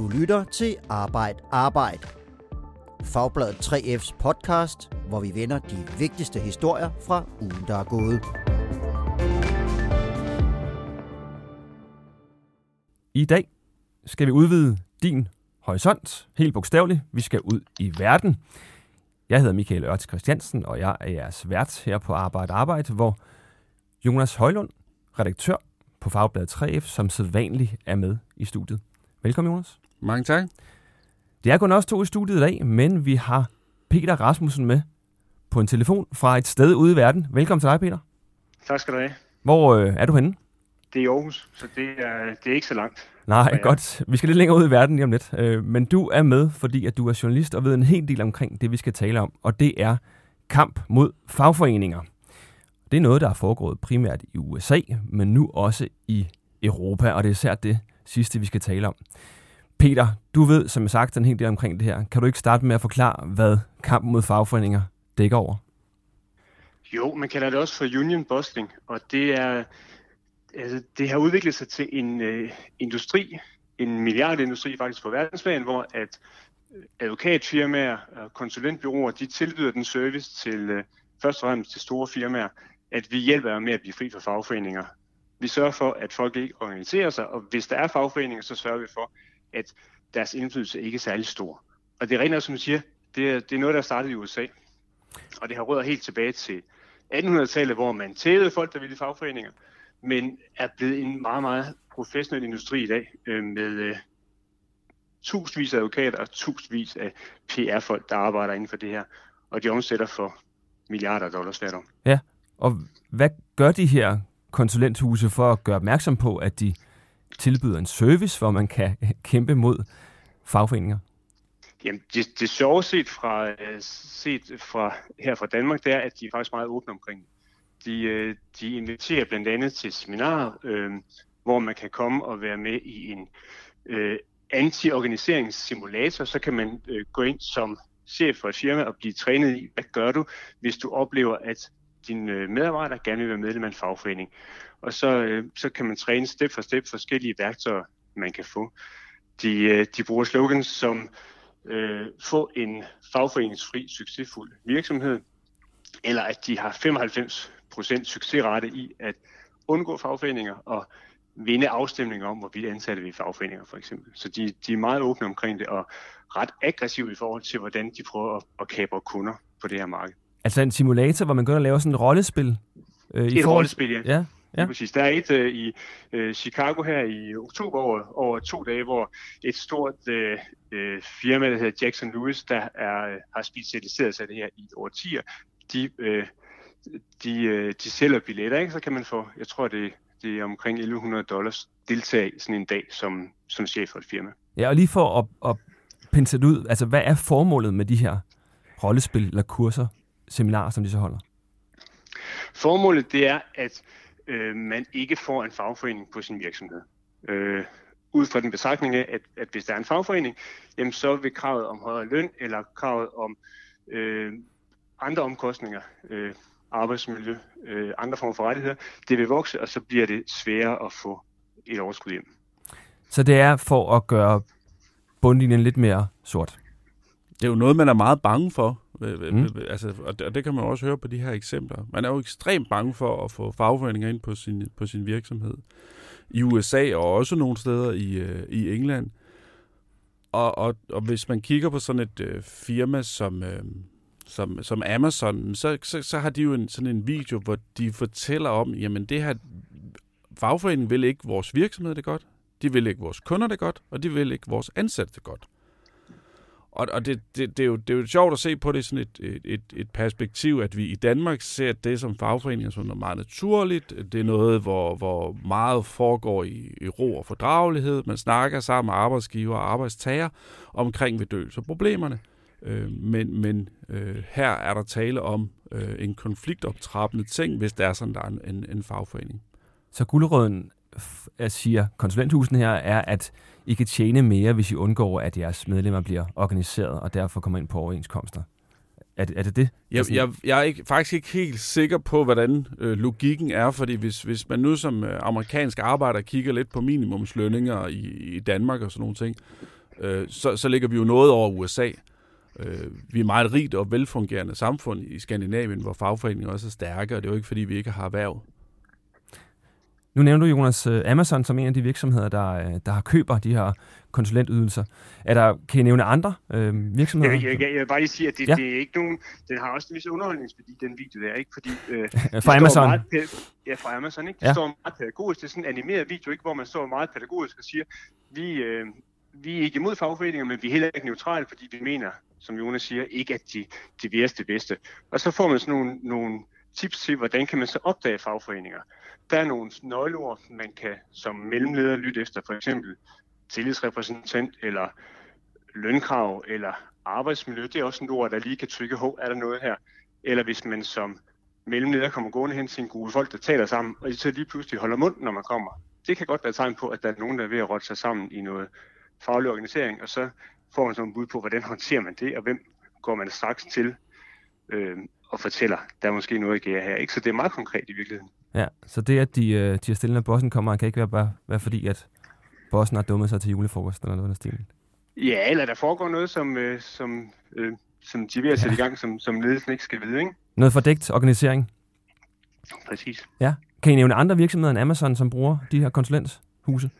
lytter til Arbejd. Fagbladet 3F's podcast, hvor vi vender de vigtigste historier fra ugen, der er gået. I dag skal vi udvide din horisont, helt bogstaveligt. Vi skal ud i verden. Jeg hedder Michael Ørts Christiansen, og jeg er jeres vært her på Arbejd, hvor Jonas Højlund, redaktør på Fagbladet 3F, som sædvanligt er med i studiet. Velkommen, Jonas. Mange tak. Det er kun os to i studiet i dag, men vi har Peter Rasmussen med på en telefon fra et sted ude i verden. Velkommen til dig, Peter. Tak skal du have. Hvor er du henne? Det er i Aarhus, så det er ikke så langt. Nej, godt. Vi skal lidt længere ud i verden lige om lidt. Men du er med, fordi at du er journalist og ved en hel del omkring det, vi skal tale om. Og det er kamp mod fagforeninger. Det er noget, der er foregået primært i USA, men nu også i Europa, og det er især det sidste, vi skal tale om. Peter, du ved, som jeg sagt, en hel del omkring det her. Kan du ikke starte med at forklare, hvad kampen mod fagforeninger dækker over? Jo, man kalder det også for union busting, og det har udviklet sig til en industri, en milliardindustri faktisk på verdensplan, hvor at advokatfirmaer og konsulentbureauer, de tilbyder den service til først og fremmest til store firmaer, at vi hjælper med at blive fri for fagforeninger. Vi sørger for, at folk ikke organiserer sig, og hvis der er fagforeninger, så sørger vi for, at deres indflydelse ikke er særlig stor. Og det er rent, som du siger, det er noget, der startede i USA. Og det har rødder helt tilbage til 1800-tallet, hvor man tævede folk, der ville i fagforeninger, men er blevet en meget, meget professionel industri i dag, med tusindvis af advokater og tusindvis af PR-folk, der arbejder inden for det her. Og de omsætter for milliarder af dollars hvert år. Ja, og hvad gør de her konsulenthuse for at gøre opmærksom på, at de tilbyder en service, hvor man kan kæmpe mod fagforeninger? Jamen, det sjove set fra her fra Danmark, det er, at de er faktisk meget åbne omkring det. De inviterer blandt andet til seminarer, hvor man kan komme og være med i en anti-organiseringssimulator. Så kan man gå ind som chef for et firma og blive trænet i, hvad gør du, hvis du oplever, at dine medarbejdere gerne vil være medlem af en fagforening. Og så kan man træne step for step forskellige værktøjer, man kan få. De bruger slogans som få en fagforeningsfri, succesfuld virksomhed, eller at de har 95% succesrate i at undgå fagforeninger og vinde afstemninger om, hvorvidt ansatte ved fagforeninger for eksempel. Så de er meget åbne omkring det og ret aggressive i forhold til, hvordan de prøver at kapre kunder på det her marked. Altså en simulator, hvor man går og laver sådan et rollespil? Et rollespil, ja. Ja. Præcis. Der er et i Chicago her i oktober over 2 dage, hvor et stort firma, der hedder Jackson Lewis, der har specialiseret sig det her i årtier, de sælger billetter, ikke? Så kan man få, jeg tror det er omkring $1,100 deltage i sådan en dag som chef for et firma. Ja, og lige for at pensle det ud, altså hvad er formålet med de her rollespil eller kurser, seminarer, som de så holder? Formålet det er, at man ikke får en fagforening på sin virksomhed. Ud fra den betragtning af, at hvis der er en fagforening, jamen så vil kravet om højere løn eller kravet om andre omkostninger, arbejdsmiljø, andre former for rettigheder, det vil vokse, og så bliver det sværere at få et overskud hjem. Så det er for at gøre bundlinjen lidt mere sort? Det er jo noget, man er meget bange for. Altså, og det kan man også høre på de her eksempler. Man er jo ekstremt bange for at få fagforeninger ind på sin virksomhed. I USA og også nogle steder i England. Og hvis man kigger på sådan et firma som Amazon, så har de jo sådan en video, hvor de fortæller om, jamen det her fagforeningen vil ikke vores virksomhed det godt, de vil ikke vores kunder det godt, og de vil ikke vores ansatte det godt. Og det er jo sjovt at se på det i sådan et perspektiv, at vi i Danmark ser det som fagforeninger som noget meget naturligt. Det er noget, hvor meget foregår i ro og fordragelighed. Man snakker sammen med arbejdsgiver og arbejdstager omkring bedøvelse og problemerne. Men her er der tale om en konfliktoptrappende ting, hvis der er sådan, der er en fagforening. Så gulerøden, siger konsulenthusen her, er, at I kan tjene mere, hvis I undgår, at jeres medlemmer bliver organiseret, og derfor kommer ind på overenskomster. Er det det? Jeg er faktisk ikke helt sikker på, hvordan logikken er, fordi hvis man nu som amerikansk arbejder kigger lidt på minimumslønninger i Danmark og sådan nogle ting, så ligger vi jo noget over USA. Vi er meget et rigt og velfungerende samfund i Skandinavien, hvor fagforeninger også er stærke, og det er jo ikke, fordi vi ikke har erhverv. Nu nævner du, Jonas, Amazon som en af de virksomheder, der køber de her konsulentydelser. Kan I nævne andre virksomheder? Jeg vil bare lige sige, at det er ikke nogen... Den har også en vis underholdningsværdi, den video der, ikke? Fordi... fra Amazon? Fra Amazon, ikke? Det står meget pædagogisk. Det er sådan en animeret video, ikke? Hvor man står meget pædagogisk og siger, vi er ikke imod fagforeninger, men vi er heller ikke neutrale, fordi vi mener, som Jonas siger, ikke at de vil det bedste. Og så får man sådan nogle tips til, hvordan kan man så opdage fagforeninger. Der er nogle nøgleord, man kan som mellemleder lytte efter, for eksempel tillidsrepræsentant eller lønkrav eller arbejdsmiljø. Det er også et ord, der lige kan trykke, er der noget her? Eller hvis man som mellemleder kommer gående hen til en gruppe folk, der taler sammen, og de så lige pludselig holder mund, når man kommer. Det kan godt være et tegn på, at der er nogen, der er ved at rotte sig sammen i noget faglig organisering, og så får man sådan et bud på, hvordan håndterer man det, og hvem går man straks til og fortæller, der er måske noget at gøre her. Ikke? Så det er meget konkret i virkeligheden. Ja, så det, at de er stille, når bossen kommer, kan ikke være fordi, at bossen har dummet sig til julefrokosten eller noget af stilen? Ja, eller der foregår noget, som de er ved at sætte i gang, som ledelsen ikke skal vide, ikke? Noget fordækt organisering? Præcis. Ja. Kan I nævne andre virksomheder end Amazon, som bruger de her konsulenthuse?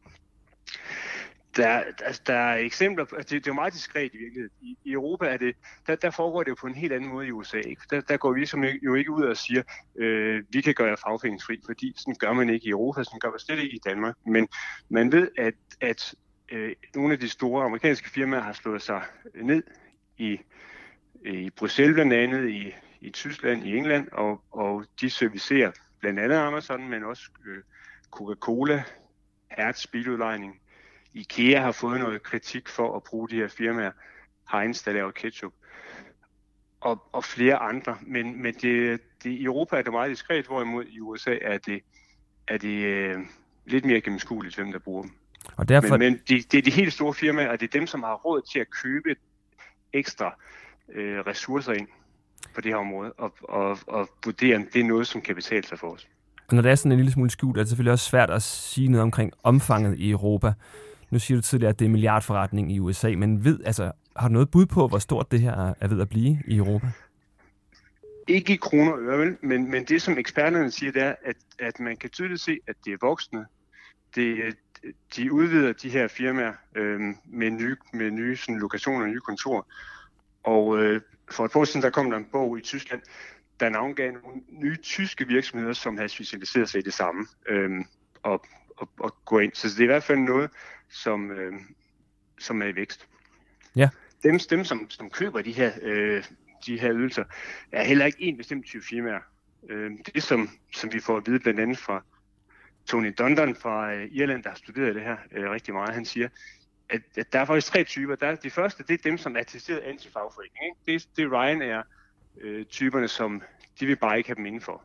Der er eksempler, det er jo meget diskret i virkeligheden. I Europa er det, der foregår det jo på en helt anden måde i USA. Ikke? Der går vi jo ikke ud og siger, vi kan gøre jer fagforeningsfri, fordi sådan gør man ikke i Europa, sådan gør man slet ikke i Danmark. Men man ved, at nogle af de store amerikanske firmaer har slået sig ned i Bruxelles blandt andet, i Tyskland, i England, og de servicerer blandt andet Amazon, men også Coca-Cola, Hertz biludlejning. IKEA har fået noget kritik for at bruge de her firmaer. Heinz, der laver ketchup. Og flere andre. Men det, i Europa er det meget diskret, hvorimod i USA er det lidt mere gennemskueligt, hvem der bruger dem. Og derfor... Men det er de helt store firmaer, og det er dem, som har råd til at købe ekstra ressourcer ind på det her område, og vurdere, om det er noget, som kan betale sig for os. Og når det er sådan en lille smule skjult, er det selvfølgelig også svært at sige noget omkring omfanget i Europa. Nu siger du tidligere, at det er milliardforretning i USA, men har du noget bud på, hvor stort det her er ved at blive i Europa? Ikke i kroner og øre, vel? Men det, som eksperterne siger, det er, at man kan tydeligt se, at det er voksne. De udvider de her firmaer med nye sådan, lokationer og nye kontorer. Og for et par år siden, der kom der en bog i Tyskland, der navngav nogle nye tyske virksomheder, som har specialiseret sig i det samme og gå ind. Så det er i hvert fald noget, som er i vækst. Ja. Dem som køber de her ydelser, er heller ikke en bestemt type firmaer. Det, som vi får at vide blandt andet fra Tony Dundon fra Irland, der har studeret det her rigtig meget, han siger, at der er faktisk 3 typer. De første, det er dem, som er attesteret anti-fagforening. Ikke? Det er Ryanair-typerne, som de vil bare ikke have dem indenfor.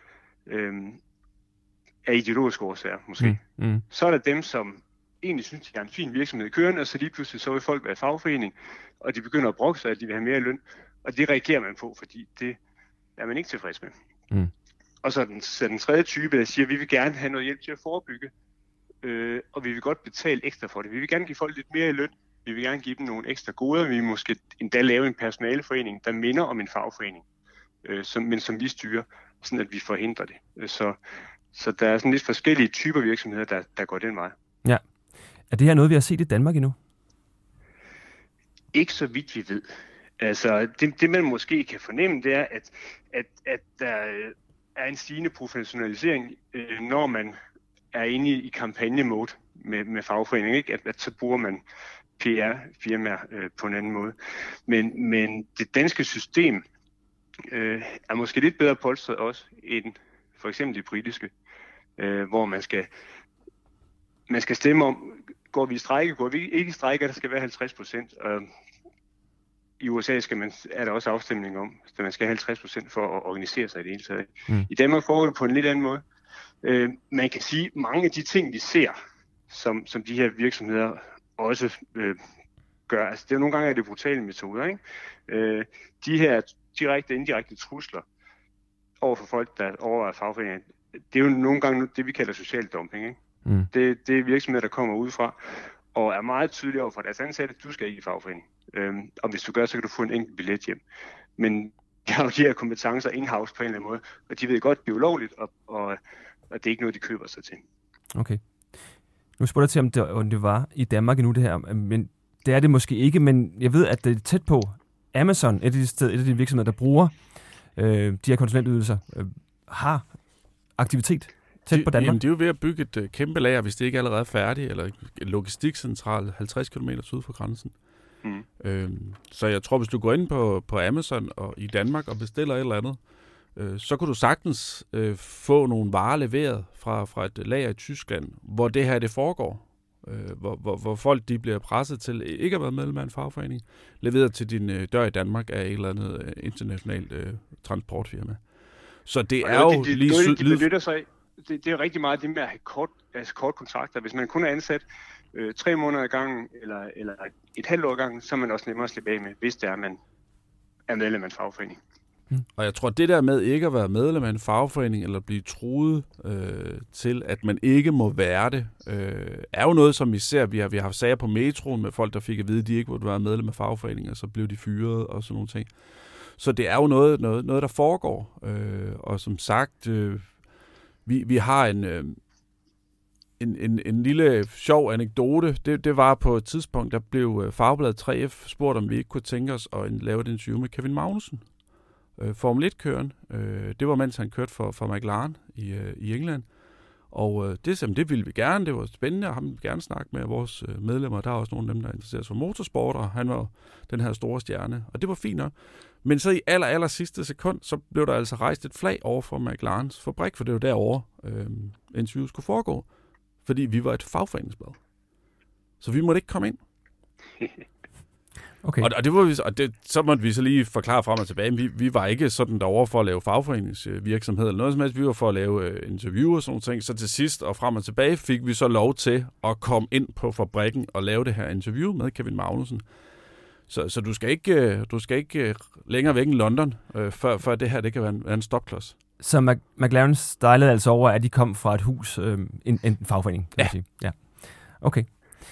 Af ideologiske årsager, måske. Så er der dem, som egentlig synes, de har en fin virksomhed kørende, og så lige pludselig så vil folk være fagforening, og de begynder at brokke sig, at de vil have mere løn, og det reagerer man på, fordi det er man ikke tilfreds med. Og så er den tredje type, der siger, at vi vil gerne have noget hjælp til at forebygge, og vi vil godt betale ekstra for det. Vi vil gerne give folk lidt mere i løn, vi vil gerne give dem nogle ekstra goder, vi vil måske endda lave en personaleforening, der minder om en fagforening, men som vi styrer, sådan at vi forhindrer det. Så der er sådan lidt forskellige typer virksomheder, der går den vej. Ja. Er det her noget, vi har set i Danmark endnu? Ikke så vidt vi ved. Altså, det man måske kan fornemme, det er, at der er en stigende professionalisering, når man er inde i kampagnemode med fagforening, ikke? At så bruger man PR-firmaer på en anden måde. Men det danske system er måske lidt bedre polstret også end for eksempel det britiske, hvor man skal stemme om, går vi i strejke, går vi ikke i strejke, der skal være 50%. I USA er der også afstemning om, at man skal have 50% for at organisere sig i det hele taget. I Danmark foregår det på en lidt anden måde. Man kan sige, at mange af de ting, vi ser, som de her virksomheder også gør, altså det er nogle gange er det brutale metoder, ikke? De her direkte og indirekte trusler over for folk, der overvejer fagforeninger, det er jo nogle gange det, vi kalder social dumping, ikke? Det er virksomheder, der kommer udefra og er meget tydelige over for deres ansatte, du skal ikke i fagforening. Og hvis du gør, så kan du få en enkelt billet hjem. Men de har jo de her kompetencer in-house på en eller anden måde, og de ved godt, det er ulovligt, og det er ikke noget, de køber sig til. Okay. Nu spurgte jeg til, om det var i Danmark endnu det her, men det er det måske ikke, men jeg ved, at det er tæt på. Amazon, et af de virksomheder, der bruger de her konsulentydelser, har aktivitet tæt på Danmark. Jamen, de er jo ved at bygge et kæmpe lager, hvis det ikke allerede er færdigt, eller en logistikcentral 50 km syd for grænsen. Så jeg tror, hvis du går ind på Amazon og i Danmark og bestiller et eller andet, så kunne du sagtens få nogle varer leveret fra et lager i Tyskland, hvor det her det foregår. Hvor folk de bliver presset til ikke at være medlem af en fagforening, leveret til din dør i Danmark af et eller andet internationalt transportfirma. Så det er jo lige det er rigtig meget det med at have kort kontrakter. Hvis man kun er ansat 3 måneder ad gangen, eller et halvt år ad gangen, så er man også nemmere at slippe af med, hvis det er, man er medlem af en fagforening. Og jeg tror, det der med ikke at være medlem af en fagforening, eller blive truet til, at man ikke må være det, er jo noget, som vi ser. Vi har haft sager på metroen med folk, der fik at vide, at de ikke måtte være medlem af fagforeninger, og så blev de fyret og sådan nogle ting. Så det er jo noget der foregår. Og som sagt, vi har en lille sjov anekdote. Det var på et tidspunkt, der blev Fagbladet 3F spurgt, om vi ikke kunne tænke os at lave et interview med Kevin Magnussen. Formel 1-køren. Det var, mens han kørte for McLaren i England. Og det ville vi gerne. Det var spændende, og ham ville vi gerne snakke med vores medlemmer. Der er også nogle af dem, der interesserer sig for motorsport, og han var den her store stjerne. Og det var fint nok. Men så i aller sidste sekund, så blev der altså rejst et flag over for McLarens fabrik, for det var derovre, interviewet skulle foregå. Fordi vi var et fagforeningsblad. Så vi måtte ikke komme ind. Okay. Og det var så måtte vi så lige forklare frem og tilbage. Vi var ikke sådan derovre for at lave fagforeningsvirksomhed eller noget som helst. Vi var for at lave interview og sådan ting. Så til sidst og frem og tilbage fik vi så lov til at komme ind på fabrikken og lave det her interview med Kevin Magnussen. Så du skal ikke længere væk end London, før det her det kan være en stopklods. Så McLaren stylede altså over, at de kom fra et hus, en fagforening, kan man sige. Ja. Okay.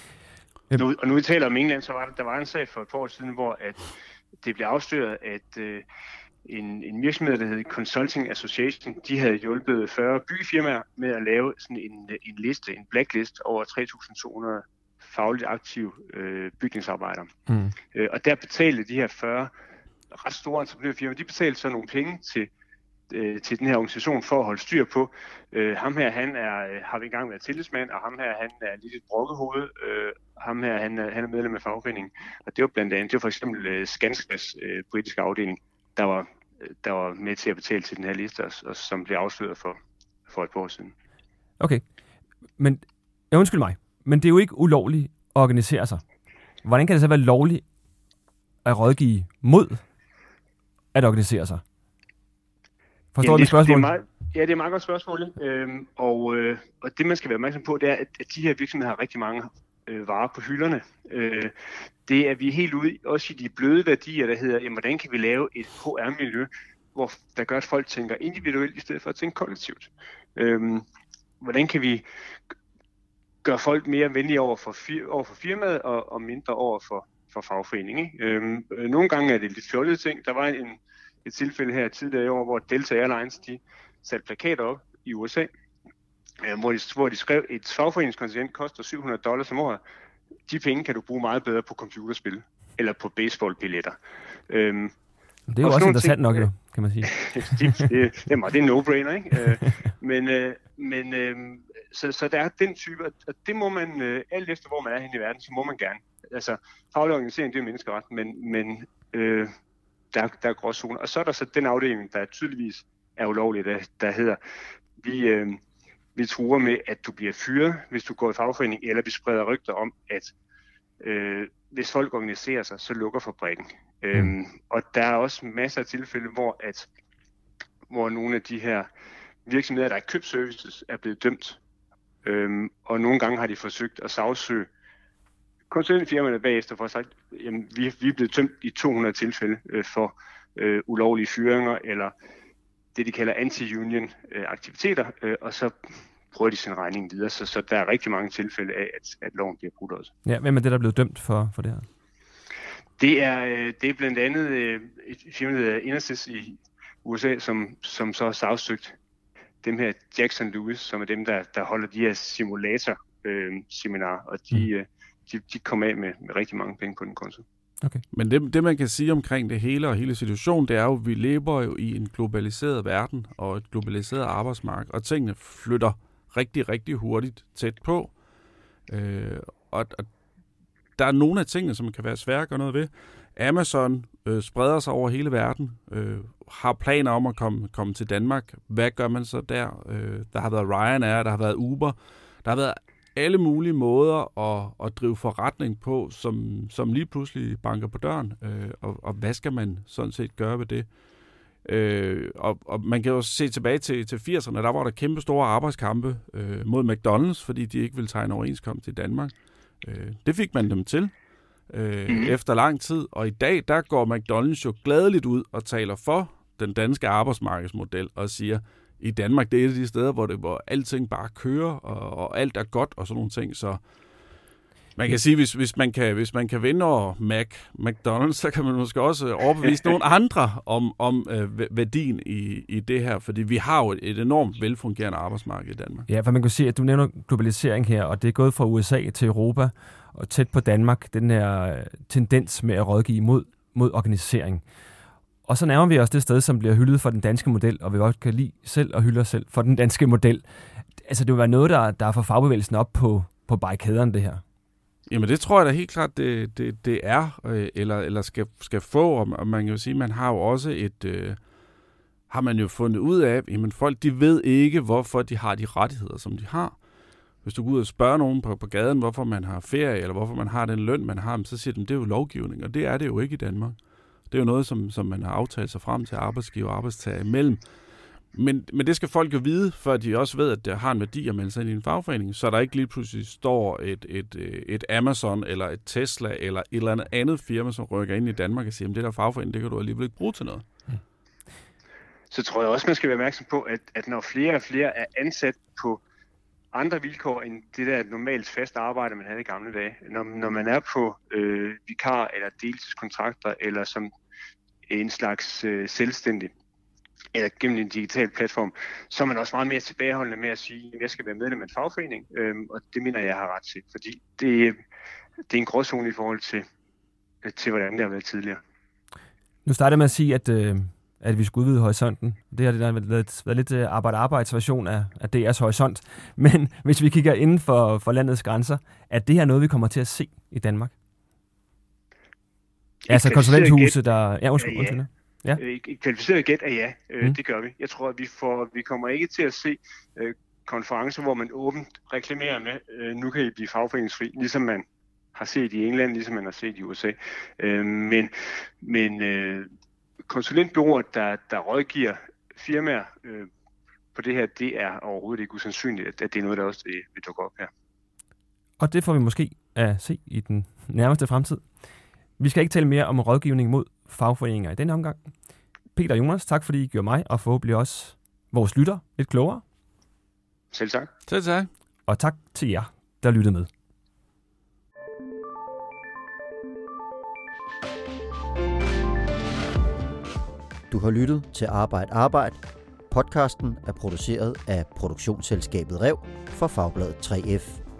Nu vi taler om England, så der var en sag for et par år siden, hvor at det blev afsløret, at en virksomhed, der hed Consulting Association, de havde hjulpet 40 byggefirmaer med at lave sådan en liste, en blacklist over 3.200 fagligt aktive bygningsarbejdere. Og der betalte de her 40 ret store entreprenørfirmaer, de betalte så nogle penge til den her organisation for at holde styr på. Ham her, han har vi engang været tillidsmand, og ham her, han er lidt et brokkehoved. Ham her, han er medlem af fagforeningen. Og det var blandt andet, det var for eksempel Skanskas britiske afdeling, der var med til at betale til den her liste, og som blev afsløret for et par år siden. Okay, men undskyld mig, men det er jo ikke ulovligt at organisere sig. Hvordan kan det så være lovligt at rådgive mod at organisere sig? Forstår du spørgsmålet? Det er et meget godt spørgsmål. Og det, man skal være opmærksom på, det er, at de her virksomheder har rigtig mange varer på hylderne. Det er vi helt ude, også i de bløde værdier, der hedder, jamen, hvordan kan vi lave et HR-miljø, der gør, at folk tænker individuelt, i stedet for at tænke kollektivt. Hvordan kan vi gøre folk mere venlige over for firmaet, og mindre over for fagforeningen. Nogle gange er det lidt fjollede ting. Der var et tilfælde her tidligere i år, hvor Delta Airlines de satte plakater op i USA, hvor de skrev, et fagforeningskontingent koster $700 om året. De penge kan du bruge meget bedre på computerspil eller på baseballbilletter. Det er jo også interessant nok, jo, kan man sige. det er en no-brainer, ikke? Så der er den type, og det må man, alt efter hvor man er henne i verden, så må man gerne. Altså, faglig organisering, det er menneskeret, men der er gråzoner. Og så er der så den afdeling, der tydeligvis er ulovlig, der hedder, vi truer med, at du bliver fyret, hvis du går i fagforening, eller vi spreder rygter om, at hvis folk organiserer sig, så lukker fabrikken. Og der er også masser af tilfælde, hvor nogle af de her virksomheder, der er købt services, er blevet dømt. Og nogle gange har de forsøgt at sagsøge konsulentfirmaerne bagefter for at sagt, jamen, vi er blevet dømt i 200 tilfælde for ulovlige fyringer, eller det, de kalder anti-union aktiviteter, og så prøver de sin regning videre. Så der er rigtig mange tilfælde af, at loven bliver brudt også. Ja, hvem er det, der er blevet dømt for det her? Det er blandt andet et firma, der hedder Intersys i USA, som så har sagsøgt dem her Jackson Lewis, som er dem, der holder de her simulator-seminarer, og de kommer af med rigtig mange penge på den konto. Okay. Men det, man kan sige omkring det hele og hele situationen, det er jo, at vi lever jo i en globaliseret verden og et globaliseret arbejdsmarked, og tingene flytter rigtig, rigtig hurtigt tæt på. Og der er nogle af tingene, som kan være svære at gøre noget ved. Amazon spreder sig over hele verden, har planer om at komme til Danmark. Hvad gør man så der? Der har været Ryanair, der har været Uber, der har været alle mulige måder at drive forretning på, som lige pludselig banker på døren. Og hvad skal man sådan set gøre ved det? Og man kan jo se tilbage til 80'erne, der var der kæmpe store arbejdskampe mod McDonald's, fordi de ikke ville tegne overenskomst i Danmark. Det fik man dem til efter lang tid, og i dag der går McDonald's jo gladeligt ud og taler for den danske arbejdsmarkedsmodel og siger, i Danmark det er et af de steder, hvor alting bare kører, og alt er godt og sådan nogle ting, så man kan sige, hvis man kan vinde over McDonald's, så kan man måske også overbevise nogle andre om værdien i det her, fordi vi har jo et enormt velfungerende arbejdsmarked i Danmark. Ja, for man kan sige, at du nævner globalisering her, og det er gået fra USA til Europa og tæt på Danmark, den her tendens med at rådgive mod organisering. Og så nærmer vi os det sted, som bliver hyldet for den danske model, og vi godt kan lide selv og hylde os selv for den danske model. Altså, det vil være noget, der får fagbevægelsen op på barrikaderne, det her. Jamen, det tror jeg da helt klart, det er, eller skal få, og man kan jo sige, man har jo også har man jo fundet ud af, jamen folk, de ved ikke, hvorfor de har de rettigheder, som de har. Hvis du går ud og spørger nogen på gaden, hvorfor man har ferie, eller hvorfor man har den løn, man har, så siger de, det er jo lovgivning, og det er det jo ikke i Danmark. Det er jo noget, som man har aftalt sig frem til arbejdsgiver og arbejdstager imellem. Men det skal folk jo vide, før de også ved, at det har en værdi at melde sig ind i en fagforening, så der ikke lige pludselig står et Amazon eller et Tesla eller et eller andet firma, som rykker ind i Danmark og siger, at det der fagforening, det kan du alligevel ikke bruge til noget. Så tror jeg også, man skal være opmærksom på, at når flere og flere er ansat på andre vilkår end det der normalt fast arbejde, man havde i gamle dage. Når man er på vikar- eller deltidskontrakter, eller som en slags selvstændig, eller gennem en digital platform, så er man også meget mere tilbageholdende med at sige, at jeg skal være medlem af en fagforening, og det mener jeg har ret til, fordi det er en gråzone i forhold til hvordan det har været tidligere. Nu starter med at sige, at vi skulle udvide horisonten. Det har været lidt arbejdsversion af DR's horisont. Men hvis vi kigger inden for landets grænser, er det her noget, vi kommer til at se i Danmark? Altså konsulenthuse, der... Ja, undskyld. Ja. Kvalificeret gæt er ja, det gør vi. Jeg tror, at vi kommer ikke til at se konferencer, hvor man åbent reklamerer med, nu kan I blive fagforeningsfri, ligesom man har set i England, ligesom man har set i USA. Men konsulentbureauer, der rådgiver firmaer på det her, det er overhovedet ikke usandsynligt, at det er noget, der også vil dukke op her. Og det får vi måske at se i den nærmeste fremtid. Vi skal ikke tale mere om rådgivning mod fagforeninger i denne omgang. Peter og Jonas, tak fordi I gjorde mig og forhåbentlig også vores lytter lidt klogere. Selv tak. Selv tak. Og tak til jer, der lyttede med. Du har lyttet til Arbejde. Podcasten er produceret af produktionsselskabet Rev for Fagbladet 3F.